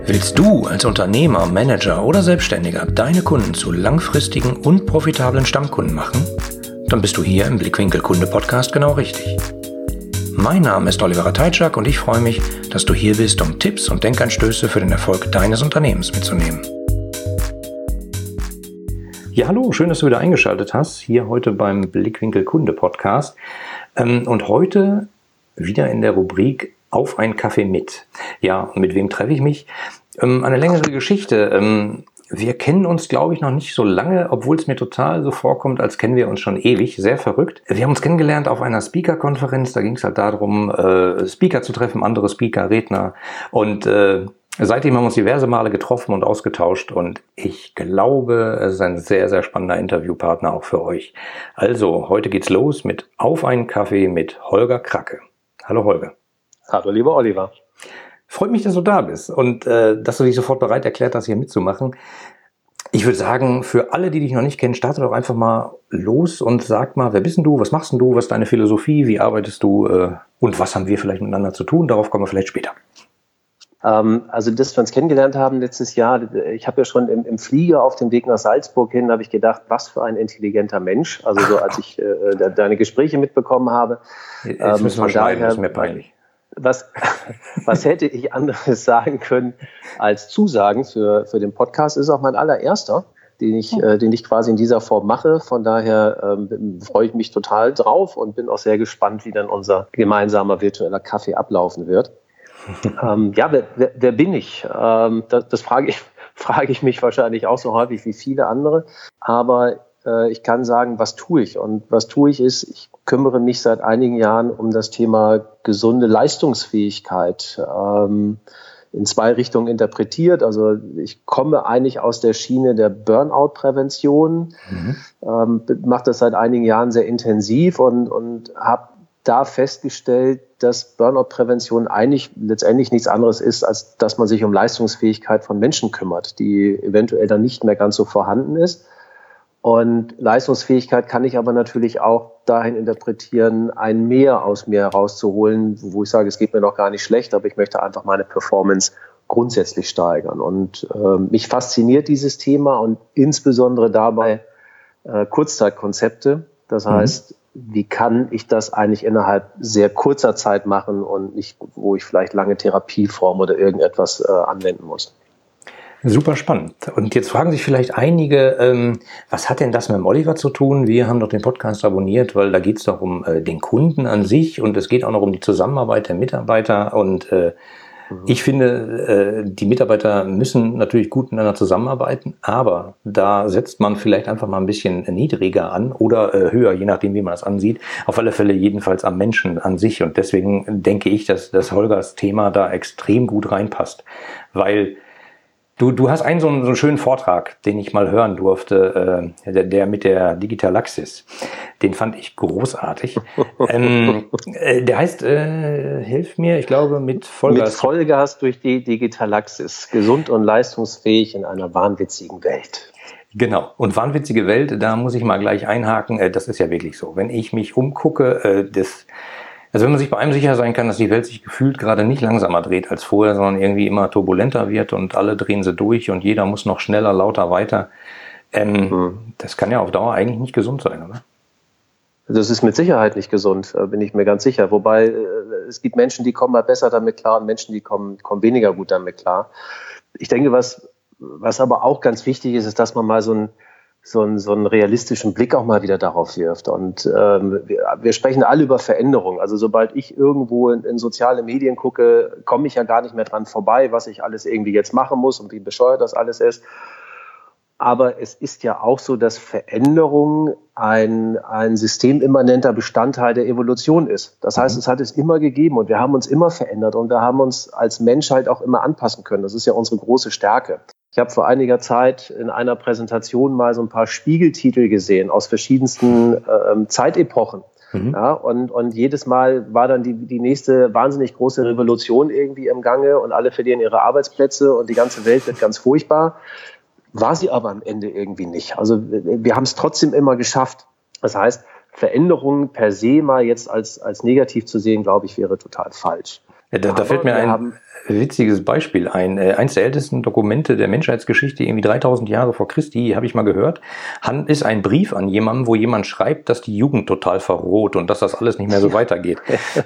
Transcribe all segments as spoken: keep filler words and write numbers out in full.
Willst du als Unternehmer, Manager oder Selbstständiger deine Kunden zu langfristigen und profitablen Stammkunden machen? Dann bist du hier im Blickwinkel Kunde Podcast genau richtig. Mein Name ist Oliver Ratajczak und ich freue mich, dass du hier bist, um Tipps und Denkanstöße für den Erfolg deines Unternehmens mitzunehmen. Ja, hallo, schön, dass du wieder eingeschaltet hast, hier heute beim Blickwinkel Kunde Podcast. Und heute wieder in der Rubrik Auf einen Kaffee mit. Ja, und mit wem treffe ich mich? Ähm, eine längere Geschichte. Ähm, wir kennen uns, glaube ich, noch nicht so lange, obwohl es mir total so vorkommt, als kennen wir uns schon ewig. Sehr verrückt. Wir haben uns kennengelernt auf einer Speaker-Konferenz. Da ging es halt darum, äh, Speaker zu treffen, andere Speaker, Redner. Und äh, seitdem haben wir uns diverse Male getroffen und ausgetauscht. Und ich glaube, es ist ein sehr, sehr spannender Interviewpartner auch für euch. Also, heute geht's los mit Auf einen Kaffee mit Holger Kracke. Hallo Holger. Hallo, lieber Oliver. Freut mich, dass du da bist und äh, dass du dich sofort bereit erklärt hast, hier mitzumachen. Ich würde sagen, für alle, die dich noch nicht kennen, starte doch einfach mal los und sag mal, wer bist denn du, was machst denn du, was ist deine Philosophie, wie arbeitest du äh, und was haben wir vielleicht miteinander zu tun? Darauf kommen wir vielleicht später. Ähm, also, dass wir uns kennengelernt haben letztes Jahr, ich habe ja schon im, im Flieger auf dem Weg nach Salzburg hin, habe ich gedacht, was für ein intelligenter Mensch. Also so, als ich äh, de, deine Gespräche mitbekommen habe. Jetzt ähm, müssen wir schneiden, das ist mir peinlich. Was, was hätte ich anderes sagen können als Zusagen für, für den Podcast? Ist auch mein allererster, den ich, äh, den ich quasi in dieser Form mache. Von daher ähm, freue ich mich total drauf und bin auch sehr gespannt, wie dann unser gemeinsamer virtueller Kaffee ablaufen wird. ähm, ja, wer, wer, wer bin ich? Ähm, das das frage ich, frage ich mich wahrscheinlich auch so häufig wie viele andere. Aber äh, ich kann sagen, was tue ich? Und was tue ich ist, ich kümmere mich seit einigen Jahren um das Thema gesunde Leistungsfähigkeit, ähm, in zwei Richtungen interpretiert. Also ich komme eigentlich aus der Schiene der Burnout-Prävention, mhm. ähm, mache das seit einigen Jahren sehr intensiv und, und habe da festgestellt, dass Burnout-Prävention eigentlich letztendlich nichts anderes ist, als dass man sich um Leistungsfähigkeit von Menschen kümmert, die eventuell dann nicht mehr ganz so vorhanden ist. Und Leistungsfähigkeit kann ich aber natürlich auch dahin interpretieren, ein Mehr aus mir herauszuholen, wo ich sage, es geht mir noch gar nicht schlecht, aber ich möchte einfach meine Performance grundsätzlich steigern. Und äh, mich fasziniert dieses Thema und insbesondere dabei äh, Kurzzeitkonzepte. Das heißt, mhm. wie kann ich das eigentlich innerhalb sehr kurzer Zeit machen und nicht, wo ich vielleicht lange Therapieform oder irgendetwas äh, anwenden muss. Super spannend. Und jetzt fragen sich vielleicht einige, ähm, was hat denn das mit dem Oliver zu tun? Wir haben doch den Podcast abonniert, weil da geht es doch um äh, den Kunden an sich und es geht auch noch um die Zusammenarbeit der Mitarbeiter. Und äh, mhm. ich finde, äh, die Mitarbeiter müssen natürlich gut miteinander zusammenarbeiten, aber da setzt man vielleicht einfach mal ein bisschen niedriger an oder äh, höher, je nachdem, wie man das ansieht. Auf alle Fälle jedenfalls am Menschen an sich. Und deswegen denke ich, dass das Holgers Thema da extrem gut reinpasst, weil Du, du hast einen so, einen so einen schönen Vortrag, den ich mal hören durfte, äh, der, der mit der Digitalaxis. Den fand ich großartig. ähm, äh, der heißt, äh, hilf mir, ich glaube, mit Vollgas. Mit Vollgas durch die Digitalaxis. Gesund und leistungsfähig in einer wahnwitzigen Welt. Genau. Und wahnwitzige Welt, da muss ich mal gleich einhaken. Äh, das ist ja wirklich so. Wenn ich mich umgucke, äh, das... Also wenn man sich bei einem sicher sein kann, dass die Welt sich gefühlt gerade nicht langsamer dreht als vorher, sondern irgendwie immer turbulenter wird und alle drehen sie durch und jeder muss noch schneller, lauter, weiter. Ähm, mhm. Das kann ja auf Dauer eigentlich nicht gesund sein, oder? Das ist mit Sicherheit nicht gesund, bin ich mir ganz sicher. Wobei es gibt Menschen, die kommen mal besser damit klar und Menschen, die kommen, kommen weniger gut damit klar. Ich denke, was, was aber auch ganz wichtig ist, ist, dass man mal so ein so einen, so einen realistischen Blick auch mal wieder darauf wirft. Und ähm, wir, wir sprechen alle über Veränderung. Also sobald ich irgendwo in, in soziale Medien gucke, komme ich ja gar nicht mehr dran vorbei, was ich alles irgendwie jetzt machen muss und wie bescheuert das alles ist. Aber es ist ja auch so, dass Veränderung ein, ein systemimmanenter Bestandteil der Evolution ist. Das heißt, mhm. es hat es immer gegeben und wir haben uns immer verändert und wir haben uns als Mensch halt auch immer anpassen können. Das ist ja unsere große Stärke. Ich habe vor einiger Zeit in einer Präsentation mal so ein paar Spiegeltitel gesehen aus verschiedensten äh, Zeitepochen. Mhm. Ja, und, und jedes Mal war dann die, die nächste wahnsinnig große Revolution irgendwie im Gange und alle verlieren ihre Arbeitsplätze und die ganze Welt wird ganz furchtbar. War sie aber am Ende irgendwie nicht. Also wir haben es trotzdem immer geschafft. Das heißt, Veränderungen per se mal jetzt als, als negativ zu sehen, glaube ich, wäre total falsch. Ja, da, da fällt mir ein, witziges Beispiel ein. Eins der ältesten Dokumente der Menschheitsgeschichte, irgendwie dreitausend Jahre vor Christi, habe ich mal gehört, ist ein Brief an jemanden, wo jemand schreibt, dass die Jugend total verroht und dass das alles nicht mehr so weitergeht.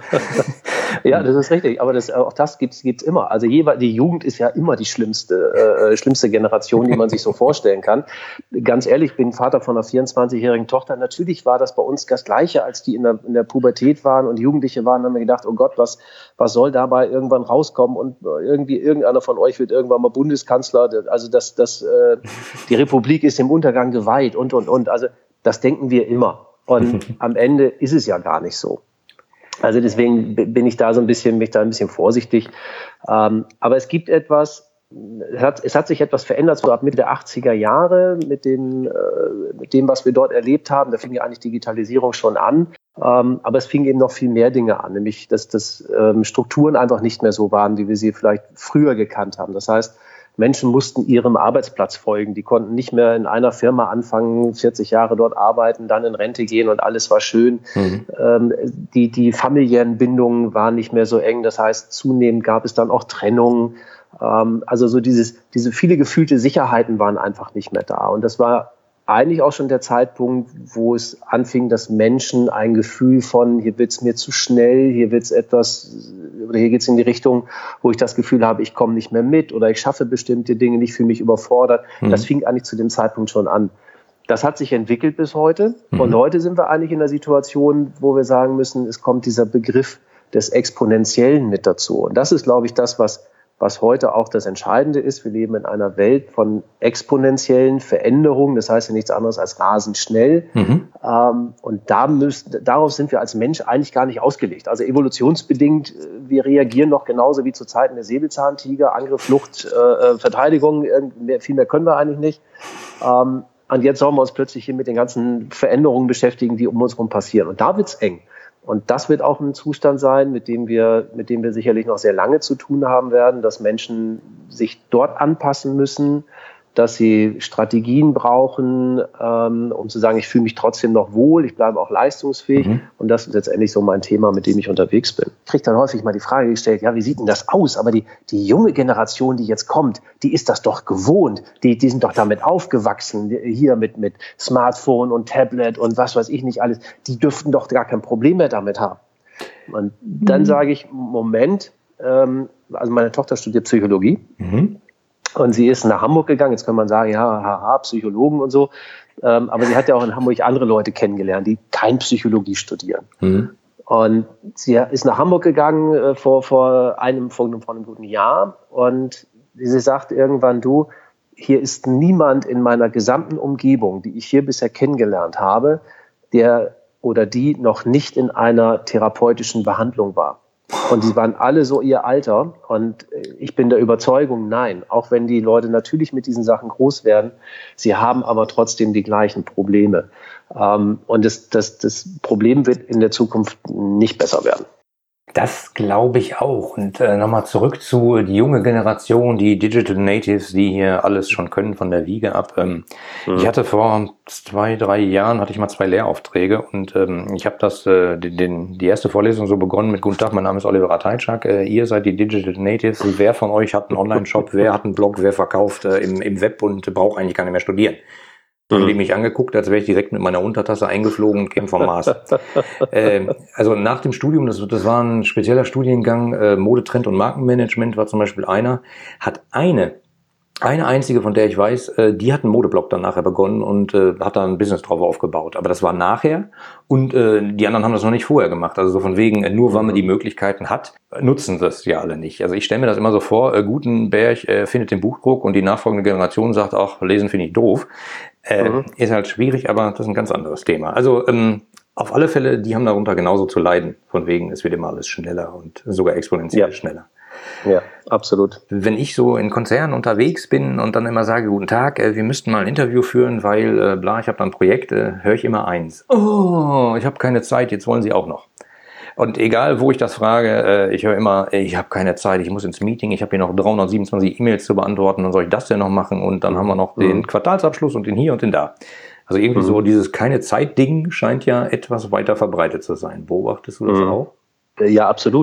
Ja, das ist richtig. Aber das, auch das gibt es immer. Also die Jugend ist ja immer die schlimmste, äh, schlimmste Generation, die man sich so vorstellen kann. Ganz ehrlich, ich bin Vater von einer vierundzwanzigjährigen Tochter. Natürlich war das bei uns das Gleiche, als die in der, in der Pubertät waren und Jugendliche waren, haben wir gedacht, oh Gott, was, was soll dabei irgendwann rauskommen und irgendwie irgendeiner von euch wird irgendwann mal Bundeskanzler. Also das, das, äh, die Republik ist dem Untergang geweiht und, und, und. Also das denken wir immer. Und am Ende ist es ja gar nicht so. Also deswegen bin ich da so ein bisschen, mich da ein bisschen vorsichtig. Ähm, aber es gibt etwas, es hat, es hat sich etwas verändert, so ab Mitte der achtziger Jahre mit, den, äh, mit dem, was wir dort erlebt haben. Da fing ja eigentlich Digitalisierung schon an. Ähm, aber es fing eben noch viel mehr Dinge an, nämlich dass, dass ähm, Strukturen einfach nicht mehr so waren, wie wir sie vielleicht früher gekannt haben. Das heißt, Menschen mussten ihrem Arbeitsplatz folgen. Die konnten nicht mehr in einer Firma anfangen, vierzig Jahre dort arbeiten, dann in Rente gehen und alles war schön. Mhm. Ähm, die, die familiären Bindungen waren nicht mehr so eng. Das heißt, zunehmend gab es dann auch Trennungen. Ähm, also so dieses, diese viele gefühlte Sicherheiten waren einfach nicht mehr da. Und das war eigentlich auch schon der Zeitpunkt, wo es anfing, dass Menschen ein Gefühl von, hier wird es mir zu schnell, hier wird es etwas, oder hier geht es in die Richtung, wo ich das Gefühl habe, ich komme nicht mehr mit oder ich schaffe bestimmte Dinge nicht, fühle mich überfordert. Mhm. Das fing eigentlich zu dem Zeitpunkt schon an. Das hat sich entwickelt bis heute. Mhm. Und heute sind wir eigentlich in der Situation, wo wir sagen müssen, es kommt dieser Begriff des Exponentiellen mit dazu. Und das ist, glaube ich, das, was was heute auch das Entscheidende ist. Wir leben in einer Welt von exponentiellen Veränderungen. Das heißt ja nichts anderes als rasend schnell. Mhm. Ähm, und da müssen, darauf sind wir als Mensch eigentlich gar nicht ausgelegt. Also evolutionsbedingt, wir reagieren noch genauso wie zu Zeiten der Säbelzahntiger, Angriff, Flucht, äh, Verteidigung. Mehr, viel mehr können wir eigentlich nicht. Ähm, und jetzt sollen wir uns plötzlich hier mit den ganzen Veränderungen beschäftigen, die um uns herum passieren. Und da wird's eng. Und das wird auch ein Zustand sein, mit dem wir, mit dem wir sicherlich noch sehr lange zu tun haben werden, dass Menschen sich dort anpassen müssen, dass sie Strategien brauchen, ähm, um zu sagen, ich fühle mich trotzdem noch wohl, ich bleibe auch leistungsfähig. Mhm. Und das ist letztendlich so mein Thema, mit dem ich unterwegs bin. Ich kriege dann häufig mal die Frage gestellt, ja, wie sieht denn das aus? Aber die, die junge Generation, die jetzt kommt, die ist das doch gewohnt. Die, die sind doch damit aufgewachsen, hier mit, mit Smartphone und Tablet und was weiß ich nicht alles. Die dürften doch gar kein Problem mehr damit haben. Und dann mhm. sage ich, Moment, ähm, also meine Tochter studiert Psychologie. Mhm. Und sie ist nach Hamburg gegangen. Jetzt kann man sagen, ja, haha, Psychologen und so. Ähm, aber sie hat ja auch in Hamburg andere Leute kennengelernt, die kein Psychologie studieren. Mhm. Und sie ist nach Hamburg gegangen äh, vor, vor, einem, vor, vor einem guten Jahr. Und sie sagt irgendwann, du, hier ist niemand in meiner gesamten Umgebung, die ich hier bisher kennengelernt habe, der oder die noch nicht in einer therapeutischen Behandlung war. Und die waren alle so ihr Alter. Und ich bin der Überzeugung, nein, auch wenn die Leute natürlich mit diesen Sachen groß werden, sie haben aber trotzdem die gleichen Probleme. Und das, das, das Problem wird in der Zukunft nicht besser werden. Das glaube ich auch. Und äh, nochmal zurück zu die junge Generation, die Digital Natives, die hier alles schon können von der Wiege ab. Ähm, mhm. Ich hatte vor zwei, drei Jahren, hatte ich mal zwei Lehraufträge und ähm, ich habe das äh, den, den, die erste Vorlesung so begonnen mit Guten Tag, mein Name ist Oliver Ratajczak. Äh, ihr seid die Digital Natives. Wer von euch hat einen Online-Shop? Wer hat einen Blog? Wer verkauft äh, im, im Web und braucht eigentlich gar nicht mehr studieren? Dann haben die mich angeguckt, als wäre ich direkt mit meiner Untertasse eingeflogen und käme vom Mars. äh, also nach dem Studium, das, das war ein spezieller Studiengang, äh, Mode, Trend und Markenmanagement war zum Beispiel einer, hat eine, eine einzige, von der ich weiß, äh, die hat einen Modeblog dann nachher begonnen und äh, hat da ein Business drauf aufgebaut. Aber das war nachher und äh, die anderen haben das noch nicht vorher gemacht. Also so von wegen, äh, nur weil man die Möglichkeiten hat, nutzen das ja alle nicht. Also ich stelle mir das immer so vor, äh, Gutenberg äh, findet den Buchdruck und die nachfolgende Generation sagt, ach, lesen finde ich doof. Äh, mhm. Ist halt schwierig, aber das ist ein ganz anderes Thema. Also ähm, auf alle Fälle, die haben darunter genauso zu leiden. Von wegen, es wird immer alles schneller und sogar exponentiell ja. schneller. Ja, absolut. Wenn ich so in Konzernen unterwegs bin und dann immer sage, guten Tag, äh, wir müssten mal ein Interview führen, weil äh, bla, ich habe da ein Projekt, äh, höre ich immer eins. Oh, ich habe keine Zeit, jetzt wollen Sie auch noch. Und egal, wo ich das frage, äh, ich höre immer, ey, ich habe keine Zeit, ich muss ins Meeting, ich habe hier noch dreihundertsiebenundzwanzig E-Mails zu beantworten, dann soll ich das denn noch machen und dann haben wir noch mhm. den Quartalsabschluss und den hier und den da. Also irgendwie mhm. so dieses Keine-Zeit-Ding scheint ja etwas weiter verbreitet zu sein. Beobachtest du das mhm. auch? Ja, absolut.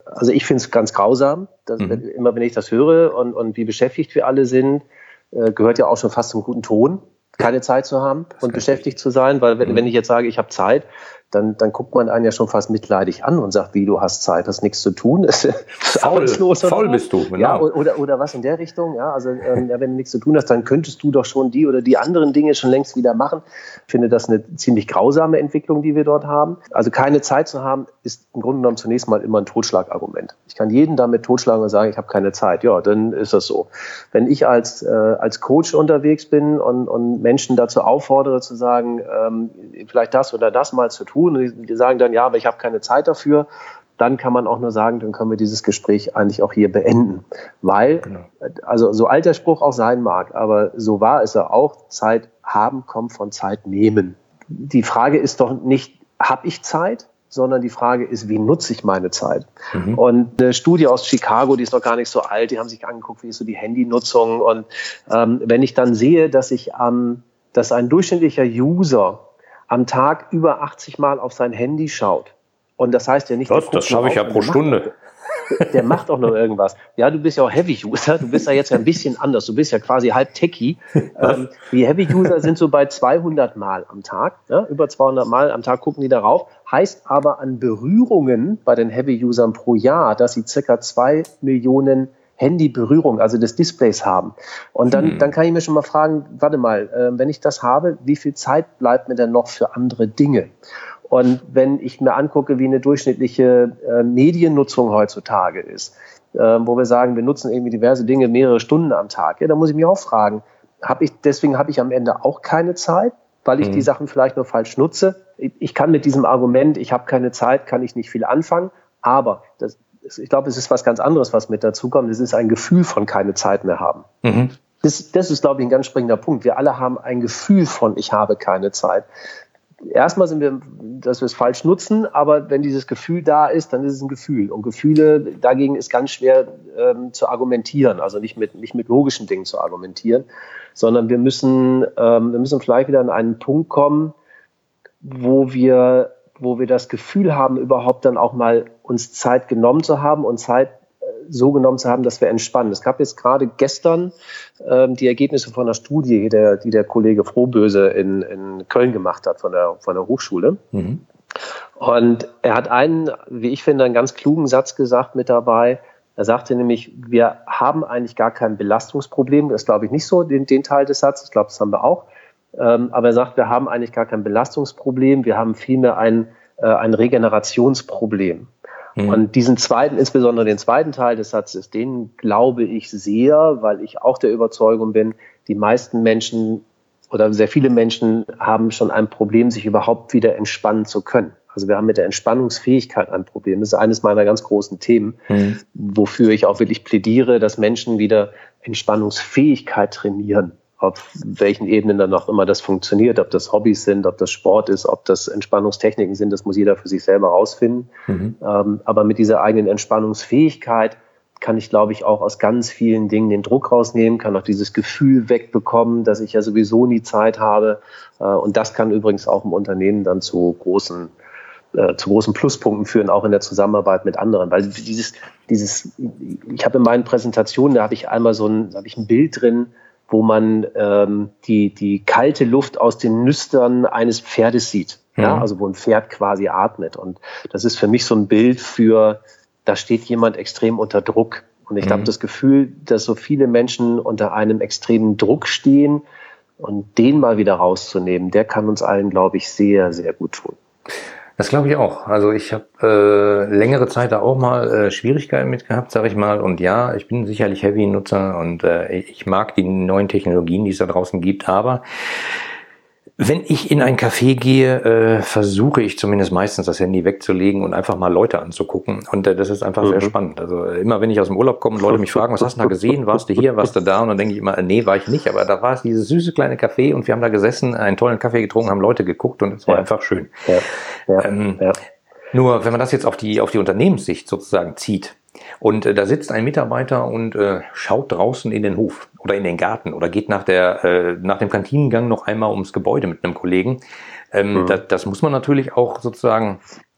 also ich finde es ganz grausam, dass, mhm. immer wenn ich das höre und, und wie beschäftigt wir alle sind, äh, gehört ja auch schon fast zum guten Ton, keine Zeit zu haben und beschäftigt zu sein, weil wenn, mhm. wenn ich jetzt sage, ich habe Zeit, dann, dann guckt man einen ja schon fast mitleidig an und sagt, wie, du hast Zeit, hast nichts zu tun, ist faul, faul bist du, genau. Ja, oder, oder was in der Richtung, ja, also ähm, ja, wenn du nichts zu tun hast, dann könntest du doch schon die oder die anderen Dinge schon längst wieder machen. Ich finde das eine ziemlich grausame Entwicklung, die wir dort haben. Also keine Zeit zu haben, ist im Grunde genommen zunächst mal immer ein Totschlagargument. Ich kann jeden damit totschlagen und sagen, ich habe keine Zeit. Ja, dann ist das so. Wenn ich als, äh, als Coach unterwegs bin und, und Menschen dazu auffordere zu sagen, ähm, vielleicht das oder das mal zu tun, und die sagen dann, ja, aber ich habe keine Zeit dafür, dann kann man auch nur sagen, dann können wir dieses Gespräch eigentlich auch hier beenden. Weil, genau. also so alt der Spruch auch sein mag, aber so wahr ist er auch, Zeit haben kommt von Zeit nehmen. Die Frage ist doch nicht, habe ich Zeit, sondern die Frage ist, wie nutze ich meine Zeit? Mhm. Und eine Studie aus Chicago, die ist noch gar nicht so alt, die haben sich angeguckt, wie ist so die Handynutzung. Und ähm, wenn ich dann sehe, dass ich ähm, dass ein durchschnittlicher User am Tag über achtzig Mal auf sein Handy schaut. Und das heißt ja nicht... Das, das schaffe ich ja pro Stunde. Macht, der macht auch noch irgendwas. Ja, du bist ja auch Heavy-User. Du bist ja jetzt ja ein bisschen anders. Du bist ja quasi halb Techie. Ähm, die Heavy-User sind so bei zweihundert Mal am Tag. Ja? Über zweihundert Mal am Tag gucken die darauf. Heißt aber an Berührungen bei den Heavy-Usern pro Jahr, dass sie circa zwei Millionen Handyberührung, also des Displays haben. Und dann, hm. dann kann ich mir schon mal fragen, warte mal, äh, wenn ich das habe, wie viel Zeit bleibt mir denn noch für andere Dinge? Und wenn ich mir angucke, wie eine durchschnittliche äh, Mediennutzung heutzutage ist, äh, wo wir sagen, wir nutzen irgendwie diverse Dinge mehrere Stunden am Tag, ja, dann muss ich mich auch fragen, hab ich, deswegen habe ich am Ende auch keine Zeit, weil ich hm. die Sachen vielleicht nur falsch nutze. Ich, ich kann mit diesem Argument, ich habe keine Zeit, kann ich nicht viel anfangen, aber das ich glaube, es ist was ganz anderes, was mit dazukommt. Es ist ein Gefühl von keine Zeit mehr haben. Mhm. Das, das ist, glaube ich, ein ganz springender Punkt. Wir alle haben ein Gefühl von ich habe keine Zeit. Erstmal sind wir, dass wir es falsch nutzen, aber wenn dieses Gefühl da ist, dann ist es ein Gefühl. Und Gefühle dagegen ist ganz schwer ähm, zu argumentieren, also nicht mit, nicht mit logischen Dingen zu argumentieren, sondern wir müssen, ähm, wir müssen vielleicht wieder an einen Punkt kommen, wo wir wo wir das Gefühl haben, überhaupt dann auch mal uns Zeit genommen zu haben und Zeit äh, so genommen zu haben, dass wir entspannen. Es gab jetzt gerade gestern ähm, die Ergebnisse von einer Studie, die der, die der Kollege Frohböse in, in Köln gemacht hat von der, von der Hochschule. Mhm. Und er hat einen, wie ich finde, einen ganz klugen Satz gesagt mit dabei. Er sagte nämlich, wir haben eigentlich gar kein Belastungsproblem. Das glaube ich nicht so, den, den Teil des Satzes. Ich glaube, das haben wir auch. Ähm, aber er sagt, wir haben eigentlich gar kein Belastungsproblem, wir haben vielmehr ein, äh, ein Regenerationsproblem. Mhm. Und diesen zweiten, insbesondere den zweiten Teil des Satzes, den glaube ich sehr, weil ich auch der Überzeugung bin, die meisten Menschen oder sehr viele Menschen haben schon ein Problem, sich überhaupt wieder entspannen zu können. Also wir haben mit der Entspannungsfähigkeit ein Problem. Das ist eines meiner ganz großen Themen, mhm. wofür ich auch wirklich plädiere, dass Menschen wieder Entspannungsfähigkeit trainieren. Auf welchen Ebenen dann auch immer das funktioniert, ob das Hobbys sind, ob das Sport ist, ob das Entspannungstechniken sind, das muss jeder für sich selber rausfinden. Mhm. Ähm, aber mit dieser eigenen Entspannungsfähigkeit kann ich, glaube ich, auch aus ganz vielen Dingen den Druck rausnehmen, kann auch dieses Gefühl wegbekommen, dass ich ja sowieso nie Zeit habe. Äh, und das kann übrigens auch im Unternehmen dann zu großen, äh, zu großen Pluspunkten führen, auch in der Zusammenarbeit mit anderen. Weil dieses, dieses, ich habe in meinen Präsentationen, da habe ich einmal so ein, da habe ich ein Bild drin, wo man ähm, die, die kalte Luft aus den Nüstern eines Pferdes sieht. Mhm. Ja, also wo ein Pferd quasi atmet. Und das ist für mich so ein Bild für, da steht jemand extrem unter Druck. Und ich mhm. habe das Gefühl, dass so viele Menschen unter einem extremen Druck stehen und den mal wieder rauszunehmen, der kann uns allen, glaube ich, sehr, sehr gut tun. Das glaube ich auch. Also ich habe äh, längere Zeit da auch mal äh, Schwierigkeiten mit gehabt, sage ich mal. Und ja, ich bin sicherlich Heavy-Nutzer und äh, ich mag die neuen Technologien, die es da draußen gibt. Aber wenn ich in ein Café gehe, äh, versuche ich zumindest meistens das Handy wegzulegen und einfach mal Leute anzugucken. Und äh, das ist einfach mhm. sehr spannend. Also äh, immer wenn ich aus dem Urlaub komme und Leute mich fragen, was hast du da gesehen? Warst du hier, warst du da? Und dann denke ich immer, äh, nee, war ich nicht. Aber da war es dieses süße kleine Café und wir haben da gesessen, einen tollen Kaffee getrunken, haben Leute geguckt und es war ja. einfach schön. Ja. Ja. Ähm, ja. Nur wenn man das jetzt auf die, auf die Unternehmenssicht sozusagen zieht, und äh, da sitzt ein Mitarbeiter und äh, schaut draußen in den Hof oder in den Garten oder geht nach der äh, nach dem Kantinengang noch einmal ums Gebäude mit einem Kollegen. Ähm, mhm. das, das muss man natürlich auch sozusagen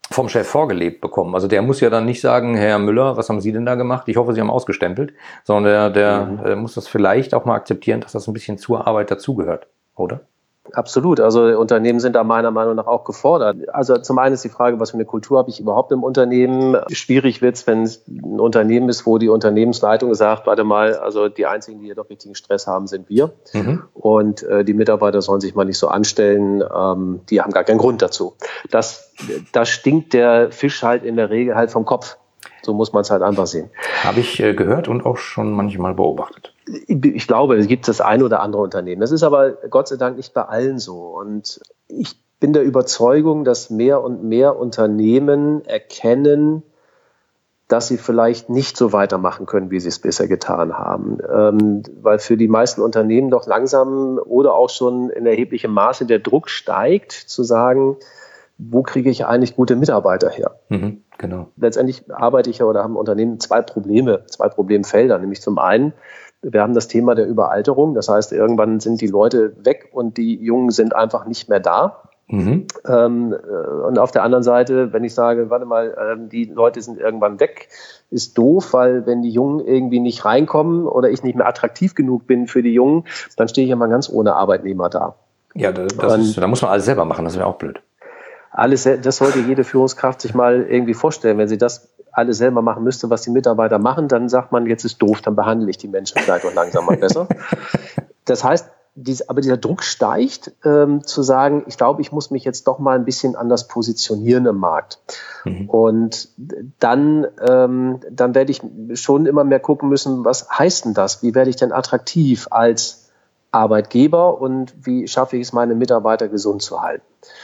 vom Chef vorgelebt bekommen. Also der muss ja dann nicht sagen, Herr Müller, was haben Sie denn da gemacht? Ich hoffe, Sie haben ausgestempelt, sondern der, der mhm. äh, muss das vielleicht auch mal akzeptieren, dass das ein bisschen zur Arbeit dazugehört, oder? Absolut. Also Unternehmen sind da meiner Meinung nach auch gefordert. Also zum einen ist die Frage, was für eine Kultur habe ich überhaupt im Unternehmen? Schwierig wird es, wenn es ein Unternehmen ist, wo die Unternehmensleitung sagt, warte mal, also die Einzigen, die hier doch richtigen Stress haben, sind wir. Mhm. Und äh, die Mitarbeiter sollen sich mal nicht so anstellen. Ähm, die haben gar keinen Grund dazu. Das, da stinkt der Fisch halt in der Regel halt vom Kopf. So muss man es halt einfach sehen. Habe ich äh, gehört und auch schon manchmal beobachtet. Ich glaube, es gibt das ein oder andere Unternehmen. Das ist aber Gott sei Dank nicht bei allen so. Und ich bin der Überzeugung, dass mehr und mehr Unternehmen erkennen, dass sie vielleicht nicht so weitermachen können, wie sie es bisher getan haben. Ähm, weil für die meisten Unternehmen doch langsam oder auch schon in erheblichem Maße der Druck steigt, zu sagen, wo kriege ich eigentlich gute Mitarbeiter her? Mhm, genau. Letztendlich arbeite ich ja oder haben Unternehmen zwei Probleme, zwei Problemfelder. Nämlich zum einen, wir haben das Thema der Überalterung. Das heißt, irgendwann sind die Leute weg und die Jungen sind einfach nicht mehr da. Mhm. Ähm, und auf der anderen Seite, wenn ich sage, warte mal, ähm, die Leute sind irgendwann weg, ist doof, weil wenn die Jungen irgendwie nicht reinkommen oder ich nicht mehr attraktiv genug bin für die Jungen, dann stehe ich ja mal ganz ohne Arbeitnehmer da. Ja, das, das ist, da muss man alles selber machen, das wäre auch blöd. Alles, das sollte jede Führungskraft sich mal irgendwie vorstellen. Wenn sie das alles selber machen müsste, was die Mitarbeiter machen, dann sagt man, jetzt ist doof, dann behandle ich die Menschen vielleicht auch langsam mal besser. Das heißt, dies, aber dieser Druck steigt, ähm, zu sagen, ich glaube, ich muss mich jetzt doch mal ein bisschen anders positionieren im Markt. Mhm. Und dann, ähm, dann werde ich schon immer mehr gucken müssen, was heißt denn das? Wie werde ich denn attraktiv als Arbeitgeber und wie schaffe ich es, meine Mitarbeiter gesund zu halten?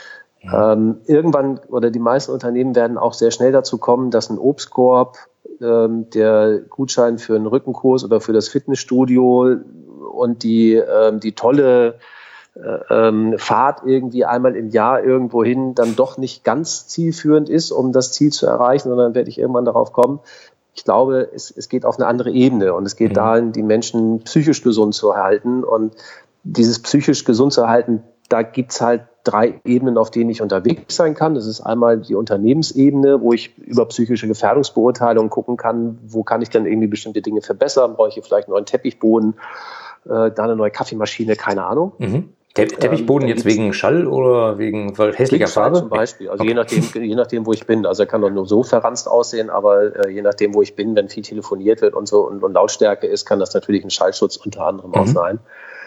Ähm, irgendwann oder die meisten Unternehmen werden auch sehr schnell dazu kommen, dass ein Obstkorb, ähm, der Gutschein für einen Rückenkurs oder für das Fitnessstudio und die, ähm, die tolle äh, ähm, Fahrt irgendwie einmal im Jahr irgendwo hin dann doch nicht ganz zielführend ist, um das Ziel zu erreichen, sondern werde ich irgendwann darauf kommen. Ich glaube, es, es geht auf eine andere Ebene und es geht mhm. dahin, die Menschen psychisch gesund zu erhalten und dieses psychisch gesund zu erhalten, da gibt's halt drei Ebenen, auf denen ich unterwegs sein kann. Das ist einmal die Unternehmensebene, wo ich über psychische Gefährdungsbeurteilung gucken kann, wo kann ich dann irgendwie bestimmte Dinge verbessern, brauche ich hier vielleicht einen neuen Teppichboden, äh, da eine neue Kaffeemaschine, keine Ahnung. Mhm. Te- Teppichboden ähm, jetzt wegen Schall oder wegen hässlicher Farbe? Zum Beispiel, also okay. je nachdem, je nachdem, wo ich bin. Also er kann doch nur so verranzt aussehen, aber äh, je nachdem, wo ich bin, wenn viel telefoniert wird und so und, und Lautstärke ist, kann das natürlich ein Schallschutz unter anderem mhm. auch sein.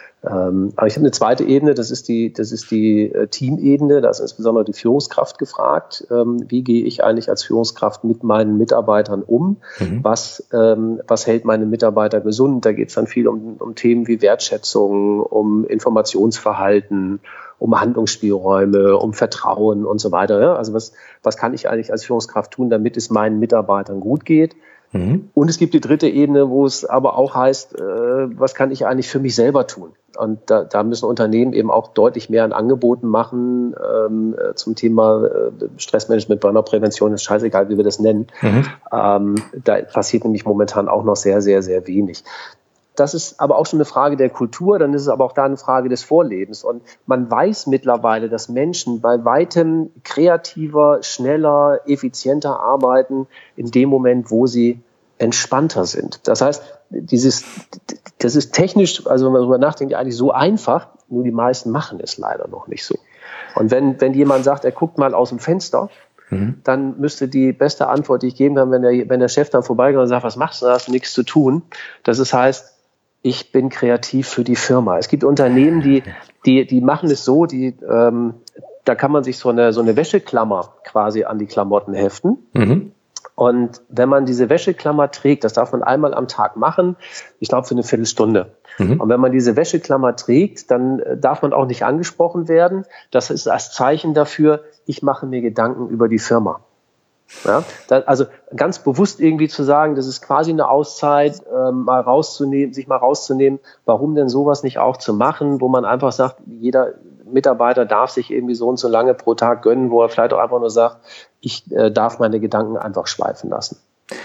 Ähm, aber ich habe eine zweite Ebene, das ist die, das ist die äh, Teamebene, da ist insbesondere die Führungskraft gefragt. Ähm, wie gehe ich eigentlich als Führungskraft mit meinen Mitarbeitern um? Mhm. Was, ähm, was hält meine Mitarbeiter gesund? Da geht es dann viel um, um Themen wie Wertschätzung, um Informationsverhalten, um Handlungsspielräume, um Vertrauen und so weiter. Ja? Also was, was kann ich eigentlich als Führungskraft tun, damit es meinen Mitarbeitern gut geht? Mhm. Und es gibt die dritte Ebene, wo es aber auch heißt, äh, was kann ich eigentlich für mich selber tun? Und da, da müssen Unternehmen eben auch deutlich mehr an Angeboten machen ähm, zum Thema äh, Stressmanagement, Burnout-Prävention, ist scheißegal, wie wir das nennen. Mhm. Ähm, da passiert nämlich momentan auch noch sehr, sehr, sehr wenig. Das ist aber auch schon eine Frage der Kultur, dann ist es aber auch da eine Frage des Vorlebens. Und man weiß mittlerweile, dass Menschen bei weitem kreativer, schneller, effizienter arbeiten in dem Moment, wo sie entspannter sind. Das heißt, dieses, das ist technisch, also wenn man darüber nachdenkt, eigentlich so einfach, nur die meisten machen es leider noch nicht so. Und wenn, wenn jemand sagt, er guckt mal aus dem Fenster, mhm. dann müsste die beste Antwort, die ich geben kann, wenn der, wenn der Chef dann vorbeigeht und sagt, was machst du, da hast du nichts zu tun. Das ist, heißt, ich bin kreativ für die Firma. Es gibt Unternehmen, die, die, die machen es so, die, ähm, da kann man sich so eine, so eine Wäscheklammer quasi an die Klamotten heften. Mhm. Und wenn man diese Wäscheklammer trägt, das darf man einmal am Tag machen, ich glaube für eine Viertelstunde. Mhm. Und wenn man diese Wäscheklammer trägt, dann darf man auch nicht angesprochen werden. Das ist das Zeichen dafür, ich mache mir Gedanken über die Firma. Ja, da, also ganz bewusst irgendwie zu sagen, das ist quasi eine Auszeit, ähm, mal rauszunehmen, sich mal rauszunehmen, warum denn sowas nicht auch zu machen, wo man einfach sagt, jeder Mitarbeiter darf sich irgendwie so und so lange pro Tag gönnen, wo er vielleicht auch einfach nur sagt, ich äh, darf meine Gedanken einfach schweifen lassen.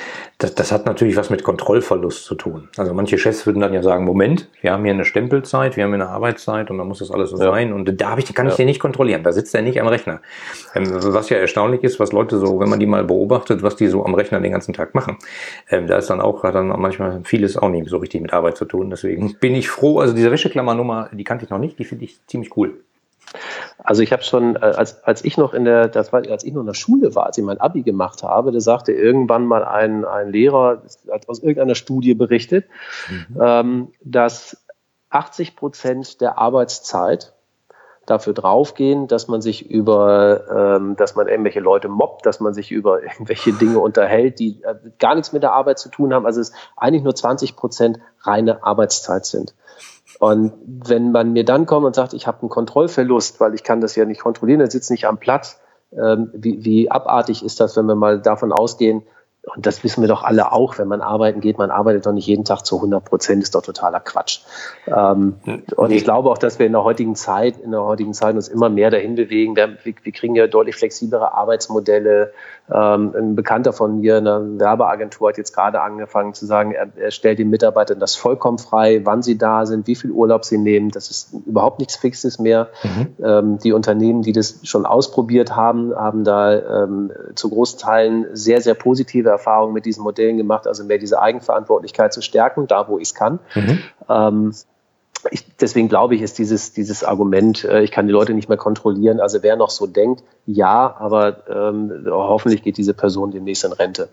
Das, das hat natürlich was mit Kontrollverlust zu tun. Also manche Chefs würden dann ja sagen, Moment, wir haben hier eine Stempelzeit, wir haben hier eine Arbeitszeit und dann muss das alles so ja. sein. Und da habe ich, kann ich ja. den nicht kontrollieren. Da sitzt er nicht am Rechner. Ähm, was ja erstaunlich ist, was Leute so, wenn man die mal beobachtet, was die so am Rechner den ganzen Tag machen. Ähm, da ist dann auch, hat dann manchmal vieles auch nicht so richtig mit Arbeit zu tun. Deswegen bin ich froh. Also diese Wäscheklammernummer, die kannte ich noch nicht, die finde ich ziemlich cool. Also ich habe schon, als, als ich noch in der, das war, als ich noch in der Schule war, als ich mein Abi gemacht habe, da sagte irgendwann mal ein, ein Lehrer, hat aus irgendeiner Studie berichtet, mhm. ähm, dass achtzig Prozent der Arbeitszeit dafür draufgehen, dass man sich über, ähm, dass man irgendwelche Leute mobbt, dass man sich über irgendwelche Dinge unterhält, die äh, gar nichts mit der Arbeit zu tun haben. Also es eigentlich nur zwanzig Prozent reine Arbeitszeit sind. Und wenn man mir dann kommt und sagt, ich habe einen Kontrollverlust, weil ich kann das ja nicht kontrollieren, dann sitze nicht am Platz, ähm, wie, wie abartig ist das, wenn wir mal davon ausgehen, und das wissen wir doch alle auch, wenn man arbeiten geht, man arbeitet doch nicht jeden Tag zu hundert Prozent, ist doch totaler Quatsch. Ähm, und ich glaube auch, dass wir in der heutigen Zeit, in der heutigen Zeit uns immer mehr dahin bewegen. Wir, wir kriegen ja deutlich flexiblere Arbeitsmodelle. Ähm, ein Bekannter von mir, eine Werbeagentur, hat jetzt gerade angefangen zu sagen, er, er stellt den Mitarbeitern das vollkommen frei, wann sie da sind, wie viel Urlaub sie nehmen. Das ist überhaupt nichts Fixes mehr. Mhm. Ähm, die Unternehmen, die das schon ausprobiert haben, haben da ähm, zu großen Teilen sehr, sehr positive Erfahrungen mit diesen Modellen gemacht, also mehr diese Eigenverantwortlichkeit zu stärken, da wo ich es kann. Mhm. Ähm, Ich, deswegen glaube ich, ist dieses, dieses Argument, äh, ich kann die Leute nicht mehr kontrollieren. Also wer noch so denkt, ja, aber ähm, hoffentlich geht diese Person demnächst in Rente.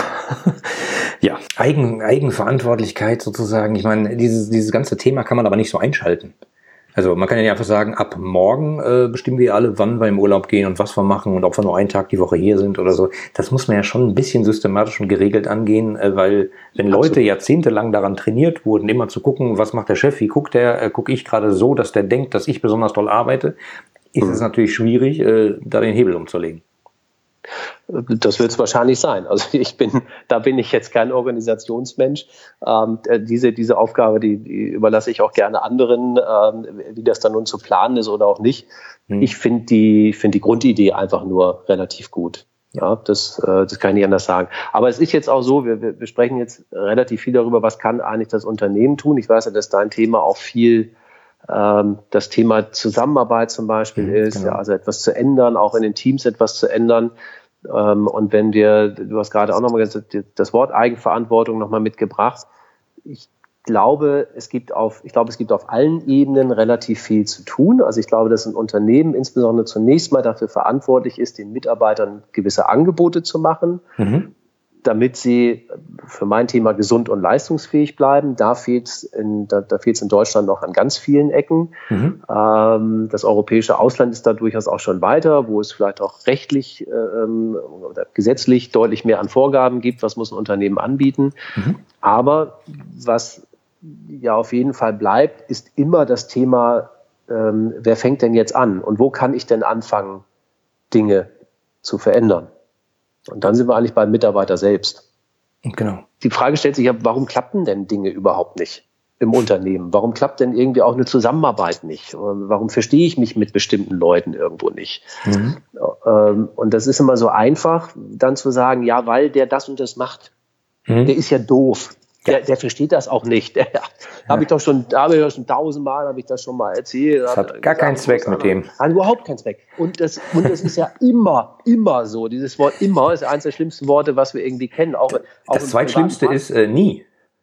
Ja, Eigen, Eigenverantwortlichkeit sozusagen. Ich meine, dieses, dieses ganze Thema kann man aber nicht so einschalten. Also man kann ja nicht einfach sagen, ab morgen äh, bestimmen wir alle, wann wir im Urlaub gehen und was wir machen und ob wir nur einen Tag die Woche hier sind oder so. Das muss man ja schon ein bisschen systematisch und geregelt angehen, äh, weil wenn Leute Absolut. jahrzehntelang daran trainiert wurden, immer zu gucken, was macht der Chef, wie guckt der, äh, gucke ich gerade so, dass der denkt, dass ich besonders toll arbeite, ist mhm. es natürlich schwierig, äh, da den Hebel umzulegen. Das wird es wahrscheinlich sein. Also ich bin, da bin ich jetzt kein Organisationsmensch. Ähm, diese, diese Aufgabe, die, die überlasse ich auch gerne anderen, ähm, wie das dann nun zu planen ist oder auch nicht. Hm. Ich finde die, finde die Grundidee einfach nur relativ gut. Ja, das, äh, das kann ich nicht anders sagen. Aber es ist jetzt auch so, wir, wir sprechen jetzt relativ viel darüber, was kann eigentlich das Unternehmen tun. Ich weiß ja, dass dein Thema auch viel ähm, das Thema Zusammenarbeit zum Beispiel hm, ist, genau. ja, also etwas zu ändern, auch in den Teams etwas zu ändern. Und wenn wir, du hast gerade auch nochmal das Wort Eigenverantwortung nochmal mitgebracht. Ich glaube, es gibt auf, ich glaube, es gibt auf allen Ebenen relativ viel zu tun. Also ich glaube, dass ein Unternehmen insbesondere zunächst mal dafür verantwortlich ist, den Mitarbeitern gewisse Angebote zu machen, mhm. damit sie für mein Thema gesund und leistungsfähig bleiben. Da fehlt es in, da, da fehlt es in Deutschland noch an ganz vielen Ecken. Mhm. Ähm, das europäische Ausland ist da durchaus auch schon weiter, wo es vielleicht auch rechtlich ähm, oder gesetzlich deutlich mehr an Vorgaben gibt, was muss ein Unternehmen anbieten. Mhm. Aber was ja auf jeden Fall bleibt, ist immer das Thema, ähm, wer fängt denn jetzt an und wo kann ich denn anfangen, Dinge zu verändern? Und dann sind wir eigentlich beim Mitarbeiter selbst. Genau. Die Frage stellt sich ja, warum klappen denn Dinge überhaupt nicht im Unternehmen? Warum klappt denn irgendwie auch eine Zusammenarbeit nicht? Warum verstehe ich mich mit bestimmten Leuten irgendwo nicht? Mhm. Und das ist immer so einfach, dann zu sagen, ja, weil der das und das macht. Mhm. Der ist ja doof. Der, der versteht das auch nicht. Der, ja. Habe ich doch schon, habe ich doch schon tausendmal, habe ich das schon mal erzählt. Das hat gar keinen Zweck mit dem. Hat überhaupt keinen Zweck. Und das, und das ist ja immer, immer so. Dieses Wort immer ist eines der schlimmsten Worte, was wir irgendwie kennen. Auch, auch das zweitschlimmste ist äh, nie.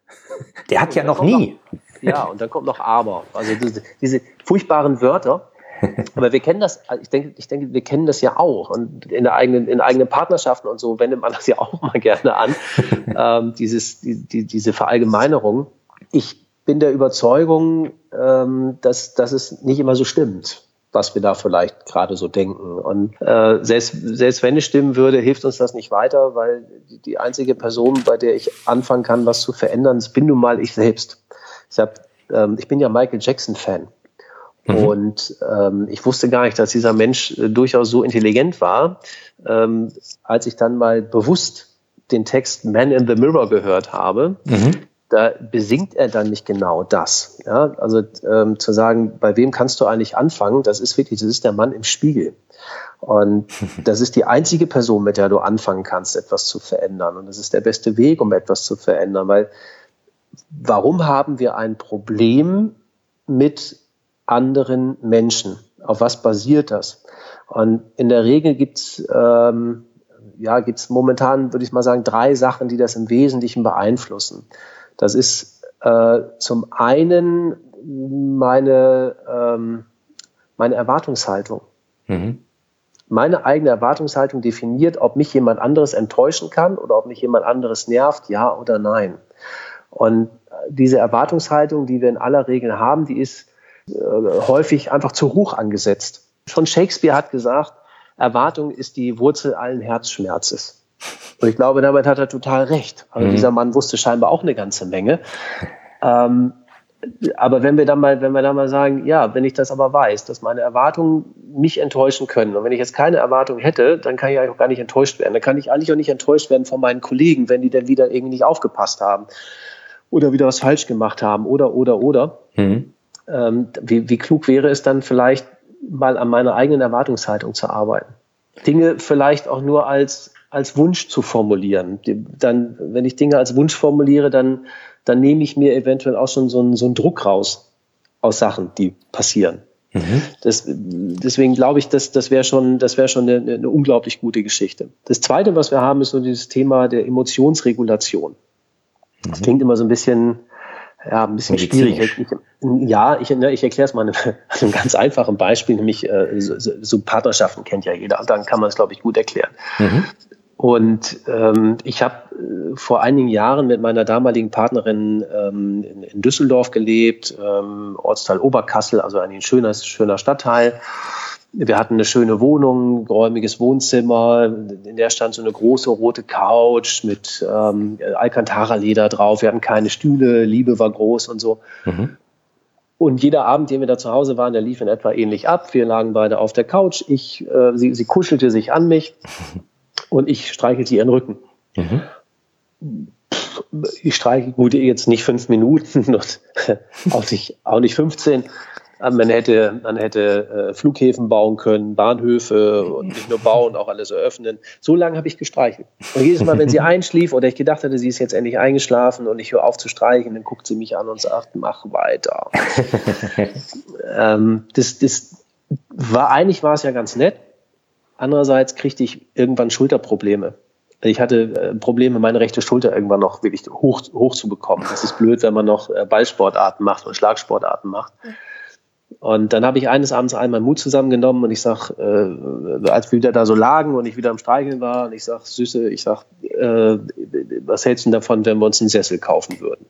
Der hat ja noch nie. Noch, ja, und dann kommt noch aber. Also diese, diese furchtbaren Wörter. Aber wir kennen das, ich denke, ich denke, wir kennen das ja auch. Und in der eigenen, in eigenen Partnerschaften und so wendet man das ja auch mal gerne an. ähm, dieses, die, die, diese Verallgemeinerung. Ich bin der Überzeugung, ähm, dass, dass es nicht immer so stimmt, was wir da vielleicht gerade so denken. Und äh, selbst, selbst wenn es stimmen würde, hilft uns das nicht weiter, weil die, die einzige Person, bei der ich anfangen kann, was zu verändern, das bin nun mal ich selbst. Ich, hab, ähm, ich bin ja Michael Jackson-Fan. Mhm. Und ähm, ich wusste gar nicht, dass dieser Mensch äh, durchaus so intelligent war, ähm, als ich dann mal bewusst den Text Man in the Mirror gehört habe. Mhm. da besingt er dann nicht genau das. Ja? Also ähm, zu sagen, bei wem kannst du eigentlich anfangen, das ist wirklich, das ist der Mann im Spiegel. Und das ist die einzige Person, mit der du anfangen kannst, etwas zu verändern. Und das ist der beste Weg, um etwas zu verändern. Weil warum haben wir ein Problem mit anderen Menschen? Auf was basiert das? Und in der Regel gibt's ähm, ja, gibt's momentan, würde ich mal sagen, drei Sachen, die das im Wesentlichen beeinflussen. Das ist äh, zum einen meine, ähm, meine Erwartungshaltung. Mhm. Meine eigene Erwartungshaltung definiert, ob mich jemand anderes enttäuschen kann oder ob mich jemand anderes nervt, ja oder nein. Und diese Erwartungshaltung, die wir in aller Regel haben, die ist äh, häufig einfach zu hoch angesetzt. Schon Shakespeare hat gesagt, Erwartung ist die Wurzel allen Herzschmerzes. Und ich glaube, damit hat er total recht. Also mhm. dieser Mann wusste scheinbar auch eine ganze Menge. Ähm, aber wenn wir dann mal, wenn wir dann mal sagen, ja, wenn ich das aber weiß, dass meine Erwartungen mich enttäuschen können und wenn ich jetzt keine Erwartung hätte, dann kann ich eigentlich auch gar nicht enttäuscht werden. Dann kann ich eigentlich auch nicht enttäuscht werden von meinen Kollegen, wenn die dann wieder irgendwie nicht aufgepasst haben oder wieder was falsch gemacht haben oder, oder, oder. Mhm. Ähm, wie, wie klug wäre es dann vielleicht, mal an meiner eigenen Erwartungshaltung zu arbeiten. Dinge vielleicht auch nur als, als Wunsch zu formulieren. Dann, wenn ich Dinge als Wunsch formuliere, dann, dann nehme ich mir eventuell auch schon so einen, so einen Druck raus aus Sachen, die passieren. Mhm. Das, deswegen glaube ich, dass, das wäre schon, das wäre schon eine, eine unglaublich gute Geschichte. Das Zweite, was wir haben, ist so dieses Thema der Emotionsregulation. Mhm. Das klingt immer so ein bisschen, ja, ein bisschen schwierig. Ich, ja, ich, ich erkläre es mal an einem, einem ganz einfachen Beispiel, nämlich äh, so, so Partnerschaften kennt ja jeder. Dann kann man es, glaube ich, gut erklären. Mhm. Und ähm, ich habe äh, vor einigen Jahren mit meiner damaligen Partnerin ähm, in, in Düsseldorf gelebt, ähm, Ortsteil Oberkassel, also ein schöner, schöner Stadtteil. Wir hatten eine schöne Wohnung, geräumiges Wohnzimmer, in der stand so eine große rote Couch mit ähm, Alcantara-Leder drauf. Wir hatten keine Stühle, Liebe war groß und so. Mhm. Und jeder Abend, den wir da zu Hause waren, der lief in etwa ähnlich ab. Wir lagen beide auf der Couch. Ich, äh, sie, sie kuschelte sich an mich und ich streichelte ihren Rücken. Mhm. Ich streiche, gut, jetzt nicht fünf Minuten und auch nicht, auch nicht fünfzehn. Man hätte, man hätte äh, Flughäfen bauen können, Bahnhöfe und nicht nur bauen, auch alles eröffnen. So lange habe ich gestreichelt. Und jedes Mal, wenn sie einschlief oder ich gedacht hatte, sie ist jetzt endlich eingeschlafen und ich höre auf zu streichen, dann guckt sie mich an und sagt, mach weiter. ähm, das, das war, eigentlich war es ja ganz nett. Andererseits kriegte ich irgendwann Schulterprobleme. Ich hatte äh, Probleme, meine rechte Schulter irgendwann noch wirklich hoch, hoch zu bekommen. Das ist blöd, wenn man noch äh, Ballsportarten macht und Schlagsportarten macht. Und dann habe ich eines Abends einmal Mut zusammengenommen und ich sag, äh, als wir wieder da so lagen und ich wieder am Streicheln war, und ich sag, Süße, ich sag, äh, was hältst du denn davon, wenn wir uns einen Sessel kaufen würden?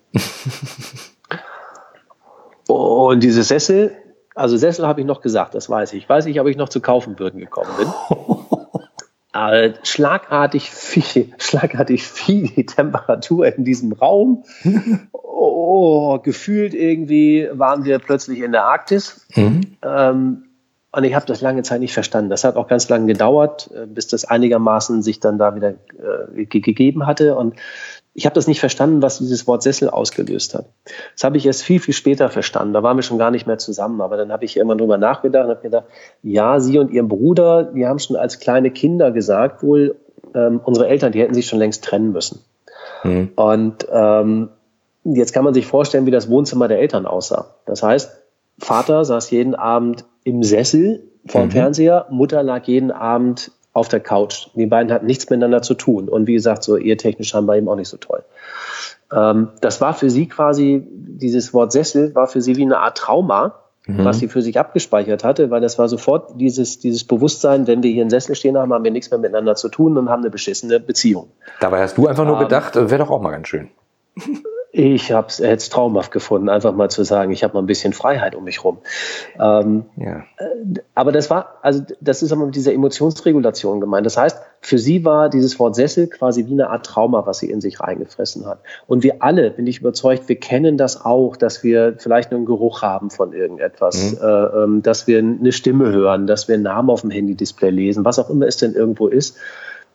Und diese Sessel, also Sessel habe ich noch gesagt, das weiß ich. Ich weiß nicht, ob ich noch zu kaufen würden gekommen bin. Aber schlagartig fiel, schlagartig fiel die Temperatur in diesem Raum. Oh, gefühlt irgendwie waren wir plötzlich in der Arktis. Mhm. Ähm, und ich habe das lange Zeit nicht verstanden. Das hat auch ganz lange gedauert, bis das einigermaßen sich dann da wieder äh, ge- gegeben hatte. Und ich habe das nicht verstanden, was dieses Wort Sessel ausgelöst hat. Das habe ich erst viel, viel später verstanden. Da waren wir schon gar nicht mehr zusammen. Aber dann habe ich immer drüber nachgedacht und habe gedacht, ja, sie und ihr Bruder, die haben schon als kleine Kinder gesagt, wohl, ähm, unsere Eltern, die hätten sich schon längst trennen müssen. Mhm. Und ähm, jetzt kann man sich vorstellen, wie das Wohnzimmer der Eltern aussah. Das heißt, Vater saß jeden Abend im Sessel vorm mhm. Fernseher, Mutter lag jeden Abend auf der Couch. Die beiden hatten nichts miteinander zu tun. Und wie gesagt, so ehetechnisch scheinbar eben auch nicht so toll. Ähm, das war für sie quasi, dieses Wort Sessel war für sie wie eine Art Trauma, mhm. was sie für sich abgespeichert hatte, weil das war sofort dieses, dieses Bewusstsein, wenn wir hier im Sessel stehen haben, haben wir nichts mehr miteinander zu tun und haben eine beschissene Beziehung. Dabei hast du einfach nur ähm, gedacht, wäre doch auch mal ganz schön. Ich habe es jetzt traumhaft gefunden, einfach mal zu sagen, ich habe mal ein bisschen Freiheit um mich rum. Ähm, ja. Aber das war, also das ist aber mit dieser Emotionsregulation gemeint. Das heißt, für sie war dieses Wort Sessel quasi wie eine Art Trauma, was sie in sich reingefressen hat. Und wir alle, bin ich überzeugt, wir kennen das auch, dass wir vielleicht einen Geruch haben von irgendetwas, mhm. äh, dass wir eine Stimme hören, dass wir einen Namen auf dem Handy-Display lesen, was auch immer es denn irgendwo ist.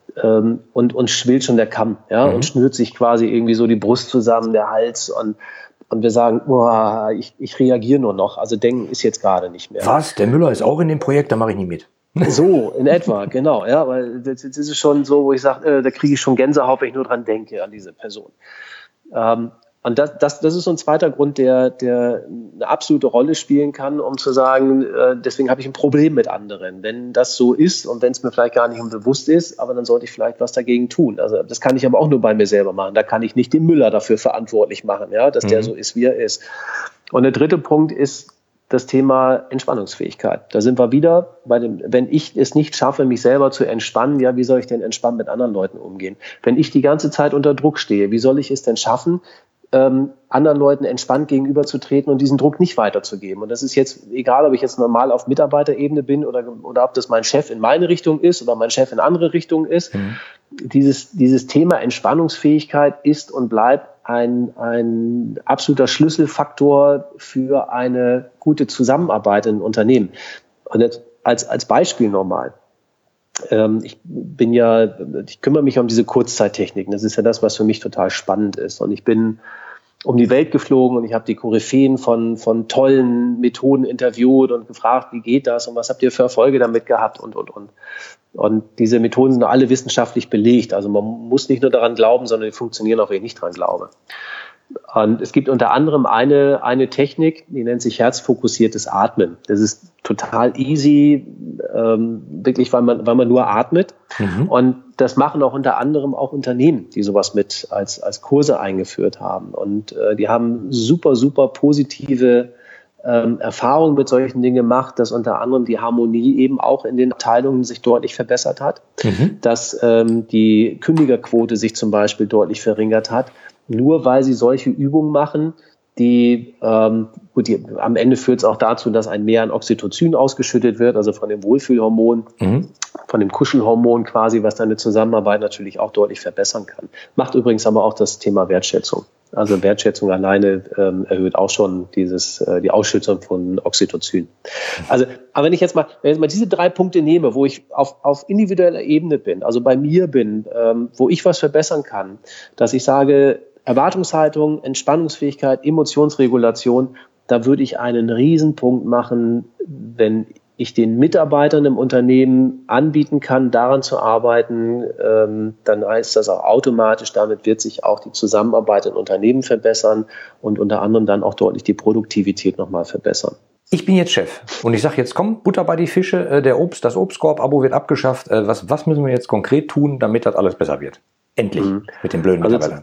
ähm, und, und schwillt schon der Kamm, ja, mhm. und schnürt sich quasi irgendwie so die Brust zusammen, der Hals und Und wir sagen, oh, ich, ich reagiere nur noch. Also denken ist jetzt gerade nicht mehr. Was? Der Müller ist auch in dem Projekt, da mache ich nicht mit. So, in etwa, genau. Ja, weil das, das ist schon so, wo ich sage, äh, da kriege ich schon Gänsehaut, wenn ich nur dran denke, an diese Person. Ähm, und das, das, das ist so ein zweiter Grund, der, der eine absolute Rolle spielen kann, um zu sagen, äh, deswegen habe ich ein Problem mit anderen. Wenn das so ist und wenn es mir vielleicht gar nicht bewusst ist, aber dann sollte ich vielleicht was dagegen tun. Also das kann ich aber auch nur bei mir selber machen. Da kann ich nicht den Müller dafür verantwortlich machen, ja, dass mhm. der so ist, wie er ist. Und der dritte Punkt ist das Thema Entspannungsfähigkeit. Da sind wir wieder bei dem, wenn ich es nicht schaffe, mich selber zu entspannen, ja, wie soll ich denn entspannt mit anderen Leuten umgehen? Wenn ich die ganze Zeit unter Druck stehe, wie soll ich es denn schaffen, ähm, anderen Leuten entspannt gegenüberzutreten und diesen Druck nicht weiterzugeben? Und das ist jetzt egal, ob ich jetzt normal auf Mitarbeiterebene bin oder, oder ob das mein Chef in meine Richtung ist oder mein Chef in andere Richtung ist. Mhm. Dieses, dieses Thema Entspannungsfähigkeit ist und bleibt ein, ein absoluter Schlüsselfaktor für eine gute Zusammenarbeit in Unternehmen. Und jetzt als, als Beispiel nochmal. Ähm, ich bin ja, ich kümmere mich um diese Kurzzeittechniken. Das ist ja das, was für mich total spannend ist. Und ich bin um die Welt geflogen und ich habe die Koryphäen von, von tollen Methoden interviewt und gefragt, wie geht das und was habt ihr für Erfolge damit gehabt und, und, und. Und diese Methoden sind alle wissenschaftlich belegt. Also man muss nicht nur daran glauben, sondern die funktionieren auch, wenn ich nicht dran glaube. Und es gibt unter anderem eine, eine Technik, die nennt sich herzfokussiertes Atmen. Das ist total easy, ähm, wirklich, weil man, weil man nur atmet. Mhm. Und das machen auch unter anderem auch Unternehmen, die sowas mit als, als Kurse eingeführt haben. Und äh, die haben super, super positive ähm, Erfahrungen mit solchen Dingen gemacht, dass unter anderem die Harmonie eben auch in den Abteilungen sich deutlich verbessert hat, mhm. dass ähm, die Kündigerquote sich zum Beispiel deutlich verringert hat, nur weil sie solche Übungen machen, die, ähm, gut, die am Ende führt es auch dazu, dass ein Mehr an Oxytocin ausgeschüttet wird, also von dem Wohlfühlhormon, mhm. von dem Kuschelhormon quasi, was deine Zusammenarbeit natürlich auch deutlich verbessern kann. Macht übrigens aber auch das Thema Wertschätzung. Also Wertschätzung alleine ähm, erhöht auch schon dieses, äh, die Ausschüttung von Oxytocin. Also, aber wenn ich jetzt mal, wenn ich jetzt mal diese drei Punkte nehme, wo ich auf, auf individueller Ebene bin, also bei mir bin, ähm, wo ich was verbessern kann, dass ich sage, Erwartungshaltung, Entspannungsfähigkeit, Emotionsregulation, da würde ich einen Riesenpunkt machen, wenn ich den Mitarbeitern im Unternehmen anbieten kann, daran zu arbeiten, ähm, dann heißt das auch automatisch, damit wird sich auch die Zusammenarbeit in Unternehmen verbessern und unter anderem dann auch deutlich die Produktivität nochmal verbessern. Ich bin jetzt Chef und ich sage jetzt, komm, Butter bei die Fische, der Obst, das Obstkorb-Abo wird abgeschafft. Was, was müssen wir jetzt konkret tun, damit das alles besser wird? Endlich, mhm. mit den blöden also Mitarbeitern.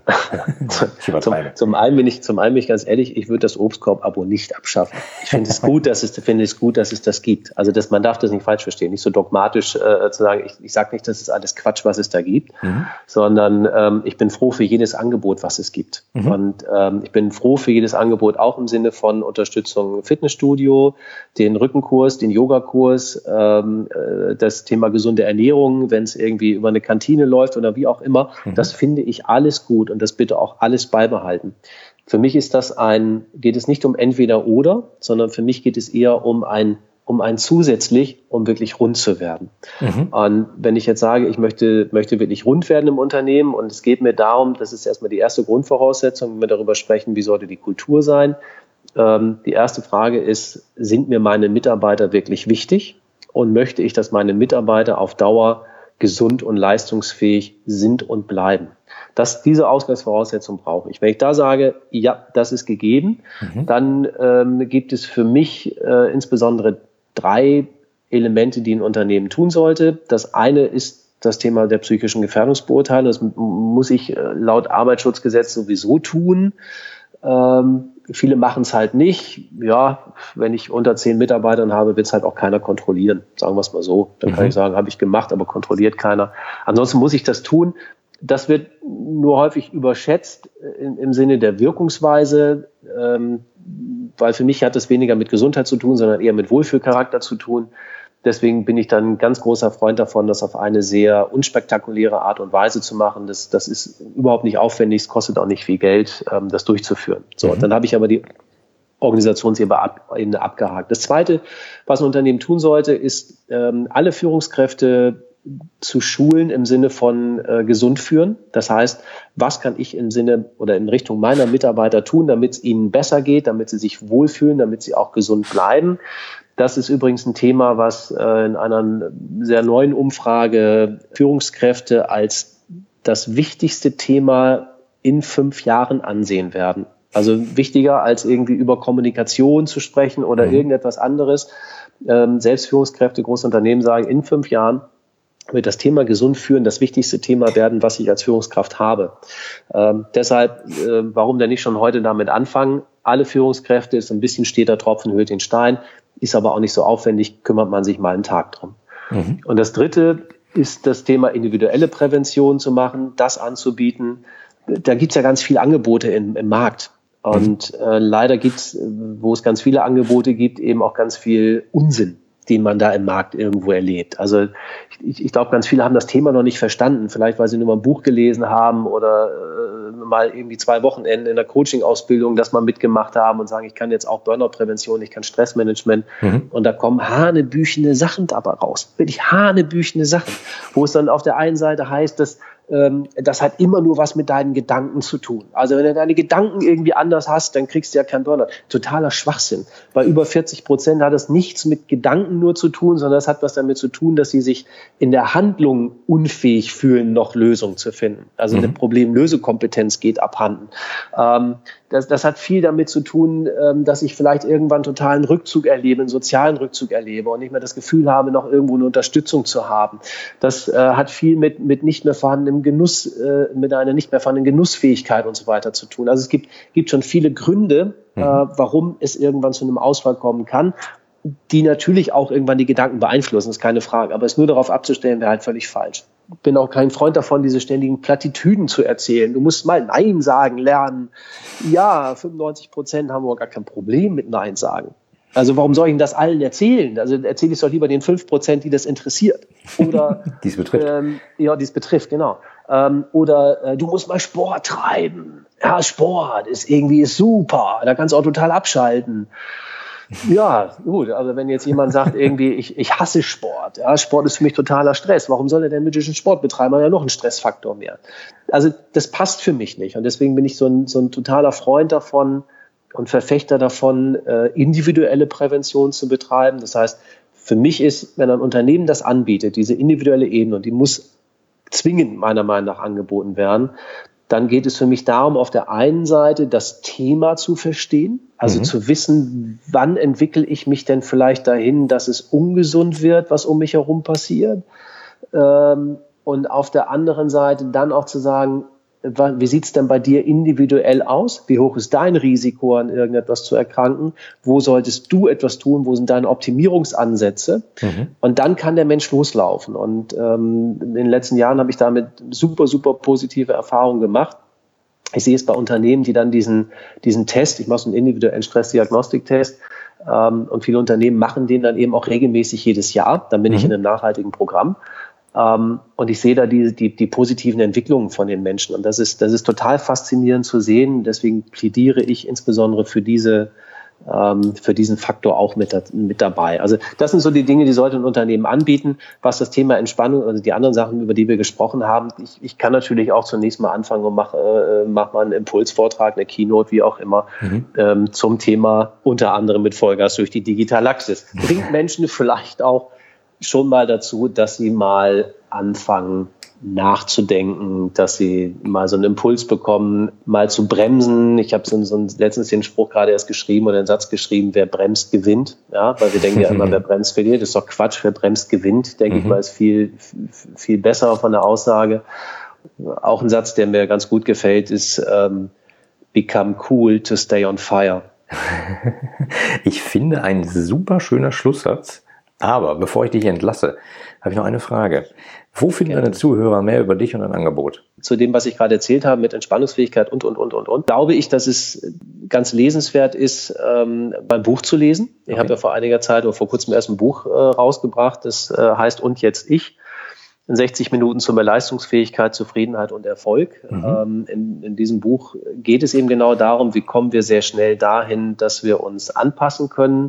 Ja, zum, zum, einen bin ich, zum einen bin ich ganz ehrlich, ich würde das Obstkorb-Abo nicht abschaffen. Ich finde es gut, dass es, finde es gut, dass es das gibt. Also dass man darf das nicht falsch verstehen, nicht so dogmatisch äh, zu sagen, ich, ich sage nicht, das ist alles Quatsch, was es da gibt, mhm. sondern ähm, ich bin froh für jedes Angebot, was es gibt. Mhm. Und ähm, ich bin froh für jedes Angebot, auch im Sinne von Unterstützung Fitnessstudio, den Rückenkurs, den Yogakurs, ähm, äh, das Thema gesunde Ernährung, wenn es irgendwie über eine Kantine läuft oder wie auch immer. Das finde ich alles gut und das bitte auch alles beibehalten. Für mich ist das ein, geht es nicht um entweder oder, sondern für mich geht es eher um ein, um ein zusätzlich, um wirklich rund zu werden. Mhm. Und wenn ich jetzt sage, ich möchte, möchte wirklich rund werden im Unternehmen und es geht mir darum, das ist erstmal die erste Grundvoraussetzung, wenn wir darüber sprechen, wie sollte die Kultur sein. Ähm, die erste Frage ist, sind mir meine Mitarbeiter wirklich wichtig und möchte ich, dass meine Mitarbeiter auf Dauer gesund und leistungsfähig sind und bleiben. Das, diese Ausgangsvoraussetzung brauche ich. Wenn ich da sage, ja, das ist gegeben, mhm. dann ähm, gibt es für mich äh, insbesondere drei Elemente, die ein Unternehmen tun sollte. Das eine ist das Thema der psychischen Gefährdungsbeurteilung. Das muss ich äh, laut Arbeitsschutzgesetz sowieso tun. Ähm, viele machen es halt nicht. Ja, wenn ich unter zehn Mitarbeitern habe, wird es halt auch keiner kontrollieren. Sagen wir es mal so. Dann mhm. kann ich sagen, habe ich gemacht, aber kontrolliert keiner. Ansonsten muss ich das tun. Das wird nur häufig überschätzt in, im Sinne der Wirkungsweise, ähm, weil für mich hat das weniger mit Gesundheit zu tun, sondern eher mit Wohlfühlcharakter zu tun. Deswegen bin ich dann ein ganz großer Freund davon, das auf eine sehr unspektakuläre Art und Weise zu machen. Das, das ist überhaupt nicht aufwendig, es kostet auch nicht viel Geld, ähm, das durchzuführen. So, mhm. dann habe ich aber die Organisationsebene ab, abgehakt. Das Zweite, was ein Unternehmen tun sollte, ist, ähm, alle Führungskräfte zu schulen im Sinne von äh, gesund führen. Das heißt, was kann ich im Sinne oder in Richtung meiner Mitarbeiter tun, damit es ihnen besser geht, damit sie sich wohlfühlen, damit sie auch gesund bleiben. Das ist übrigens ein Thema, was äh, in einer sehr neuen Umfrage Führungskräfte als das wichtigste Thema in fünf Jahren ansehen werden. Also wichtiger als irgendwie über Kommunikation zu sprechen oder mhm. irgendetwas anderes. Ähm, selbst Führungskräfte, große Unternehmen sagen, in fünf Jahren wird das Thema gesund führen das wichtigste Thema werden, was ich als Führungskraft habe. Ähm, deshalb, äh, warum denn nicht schon heute damit anfangen? Alle Führungskräfte, ist ein bisschen steter Tropfen höhlt den Stein, ist aber auch nicht so aufwendig, kümmert man sich mal einen Tag drum. Mhm. Und das Dritte ist das Thema individuelle Prävention zu machen, das anzubieten. Da gibt's ja ganz viele Angebote im, im Markt. Und äh, leider gibt's, wo es ganz viele Angebote gibt, eben auch ganz viel Unsinn, den man da im Markt irgendwo erlebt. Also ich, ich glaube, ganz viele haben das Thema noch nicht verstanden. Vielleicht, weil sie nur mal ein Buch gelesen haben oder äh, mal irgendwie zwei Wochenenden in der Coaching-Ausbildung das mal mitgemacht haben und sagen, ich kann jetzt auch Burnout-Prävention, ich kann Stressmanagement. Mhm. Und da kommen hanebüchene Sachen dabei raus. Wirklich hanebüchene Sachen. Wo es dann auf der einen Seite heißt, dass das hat immer nur was mit deinen Gedanken zu tun. Also wenn du deine Gedanken irgendwie anders hast, dann kriegst du ja keinen Burnout. Totaler Schwachsinn. Bei über vierzig Prozent hat das nichts mit Gedanken nur zu tun, sondern es hat was damit zu tun, dass sie sich in der Handlung unfähig fühlen, noch Lösungen zu finden. Also mhm. eine Problemlösekompetenz geht abhanden. Ähm, das, das hat viel damit zu tun, ähm, dass ich vielleicht irgendwann totalen Rückzug erlebe, einen sozialen Rückzug erlebe und nicht mehr das Gefühl habe, noch irgendwo eine Unterstützung zu haben. Das äh, hat viel mit, mit nicht mehr vorhandenem Genuss, äh, mit einer nicht mehr vorhandenen Genussfähigkeit und so weiter zu tun. Also es gibt, gibt schon viele Gründe, mhm. äh, warum es irgendwann zu einem Ausfall kommen kann, die natürlich auch irgendwann die Gedanken beeinflussen, ist keine Frage. Aber es nur darauf abzustellen, wäre halt völlig falsch. Ich bin auch kein Freund davon, diese ständigen Plattitüden zu erzählen. Du musst mal Nein sagen lernen. Ja, fünfundneunzig Prozent haben wir gar kein Problem mit Nein sagen. Also warum soll ich denn das allen erzählen? Also erzähle ich es doch lieber den fünf Prozent, die das interessiert. Oder dies betrifft. Ähm, ja, dies betrifft, genau. Ähm, oder äh, du musst mal Sport treiben. Ja, Sport ist irgendwie ist super. Da kannst du auch total abschalten. Ja, gut, also wenn jetzt jemand sagt, irgendwie, ich, ich hasse Sport, ja, Sport ist für mich totaler Stress, warum soll er denn mit diesem Sport betreiben? Ja, noch ein Stressfaktor mehr. Also das passt für mich nicht und deswegen bin ich so ein, so ein totaler Freund davon und Verfechter davon, äh, individuelle Prävention zu betreiben. Das heißt, für mich ist, wenn ein Unternehmen das anbietet, diese individuelle Ebene, und die muss zwingend meiner Meinung nach angeboten werden, dann geht es für mich darum, auf der einen Seite das Thema zu verstehen, also mhm. zu wissen, wann entwickle ich mich denn vielleicht dahin, dass es ungesund wird, was um mich herum passiert. Ähm, und auf der anderen Seite dann auch zu sagen, wie sieht es denn bei dir individuell aus? Wie hoch ist dein Risiko, an irgendetwas zu erkranken? Wo solltest du etwas tun? Wo sind deine Optimierungsansätze? Mhm. Und dann kann der Mensch loslaufen. Und ähm, in den letzten Jahren habe ich damit super, super positive Erfahrungen gemacht. Ich sehe es bei Unternehmen, die dann diesen, diesen Test, ich mache so einen individuellen Stressdiagnostiktest, ähm, und viele Unternehmen machen den dann eben auch regelmäßig jedes Jahr. Dann bin mhm. ich in einem nachhaltigen Programm. Um, und ich sehe da die, die, die positiven Entwicklungen von den Menschen. Und das ist, das ist total faszinierend zu sehen. Deswegen plädiere ich insbesondere für diese, ähm, für diesen Faktor auch mit, mit dabei. Also das sind so die Dinge, die sollte ein Unternehmen anbieten. Was das Thema Entspannung, also die anderen Sachen, über die wir gesprochen haben, ich, ich kann natürlich auch zunächst mal anfangen und mache äh, mach mal einen Impulsvortrag, eine Keynote, wie auch immer, mhm. ähm, zum Thema unter anderem mit Vollgas durch die Digitalaxis. Bringt Menschen vielleicht auch schon mal dazu, dass sie mal anfangen nachzudenken, dass sie mal so einen Impuls bekommen, mal zu bremsen. Ich habe so, so letztens den Spruch gerade erst geschrieben oder den Satz geschrieben, wer bremst, gewinnt. Ja, weil wir denken ja immer, wer bremst, verliert. Das ist doch Quatsch, wer bremst, gewinnt. Denke mhm. ich mal, ist viel, viel besser von der Aussage. Auch ein Satz, der mir ganz gut gefällt, ist ähm, become cool to stay on fire. Ich finde, ein super schöner Schlusssatz. Aber bevor ich dich entlasse, habe ich noch eine Frage. Wo finden Gerne. deine Zuhörer mehr über dich und dein Angebot? Zu dem, was ich gerade erzählt habe mit Entspannungsfähigkeit und, und, und, und, und, glaube ich, dass es ganz lesenswert ist, ähm, mein Buch zu lesen. Ich okay. habe ja vor einiger Zeit oder vor kurzem erst ein Buch äh, rausgebracht, das äh, heißt Und jetzt ich. In sechzig Minuten zu mehr Leistungsfähigkeit, Zufriedenheit und Erfolg. Mhm. Ähm, in, in diesem Buch geht es eben genau darum, wie kommen wir sehr schnell dahin, dass wir uns anpassen können,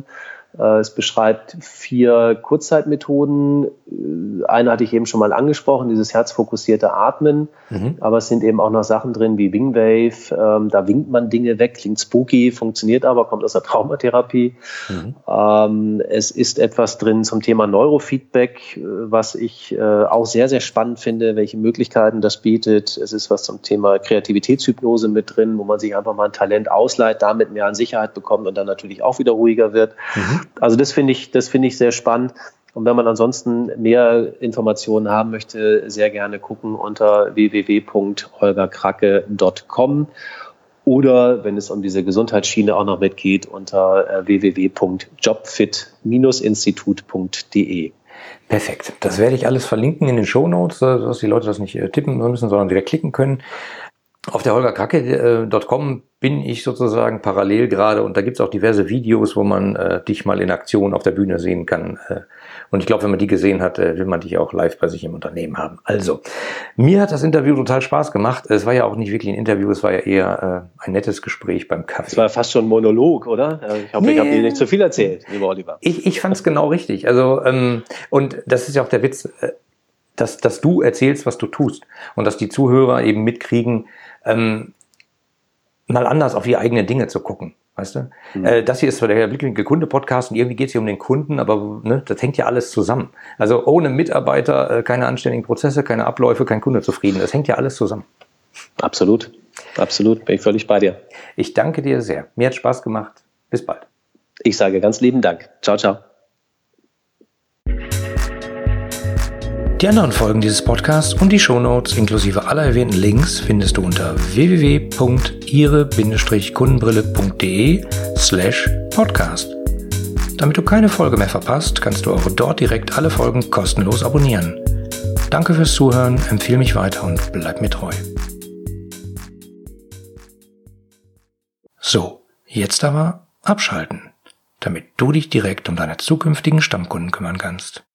Es beschreibt vier Kurzzeitmethoden. Eine hatte ich eben schon mal angesprochen, dieses herzfokussierte Atmen. Mhm. Aber es sind eben auch noch Sachen drin wie Wingwave. Da winkt man Dinge weg, klingt spooky, funktioniert aber, kommt aus der Traumatherapie. Mhm. Es ist etwas drin zum Thema Neurofeedback, was ich auch sehr, sehr spannend finde, welche Möglichkeiten das bietet. Es ist was zum Thema Kreativitätshypnose mit drin, wo man sich einfach mal ein Talent ausleiht, damit mehr an Sicherheit bekommt und dann natürlich auch wieder ruhiger wird. Mhm. Also das finde ich, das finde ich sehr spannend. Und wenn man ansonsten mehr Informationen haben möchte, sehr gerne gucken unter w w w punkt holger kracke punkt com oder wenn es um diese Gesundheitsschiene auch noch mitgeht, unter w w w punkt jobfit institut punkt d e. Perfekt. Das werde ich alles verlinken in den Shownotes, dass die Leute das nicht tippen müssen, sondern direkt klicken können. Auf der holger kracke punkt com bin ich sozusagen parallel gerade und da gibt es auch diverse Videos, wo man äh, dich mal in Aktion auf der Bühne sehen kann. Äh, und ich glaube, wenn man die gesehen hat, äh, will man dich auch live bei sich im Unternehmen haben. Also, mir hat das Interview total Spaß gemacht. Es war ja auch nicht wirklich ein Interview, es war ja eher äh, ein nettes Gespräch beim Kaffee. Es war fast schon ein Monolog, oder? Ich hoffe, nee, ich habe dir nicht zu viel erzählt, lieber Oliver. Ich, ich fand es genau richtig. Also ähm, und das ist ja auch der Witz, äh, dass, dass du erzählst, was du tust und dass die Zuhörer eben mitkriegen, ähm, mal anders auf die eigenen Dinge zu gucken, weißt du? Mhm. Äh, das hier ist zwar der Blickwinkel-Kunde-Podcast und irgendwie geht es hier um den Kunden, aber ne, das hängt ja alles zusammen. Also ohne Mitarbeiter äh, keine anständigen Prozesse, keine Abläufe, kein Kunde zufrieden. Das hängt ja alles zusammen. Absolut, absolut, bin ich völlig bei dir. Ich danke dir sehr. Mir hat Spaß gemacht. Bis bald. Ich sage ganz lieben Dank. Ciao, ciao. Die anderen Folgen dieses Podcasts und die Shownotes inklusive aller erwähnten Links findest du unter w w w punkt ihre Bindestrich kundenbrille punkt d e slash podcast. Damit du keine Folge mehr verpasst, kannst du auch dort direkt alle Folgen kostenlos abonnieren. Danke fürs Zuhören, empfehle mich weiter und bleib mir treu. So, jetzt aber abschalten, damit du dich direkt um deine zukünftigen Stammkunden kümmern kannst.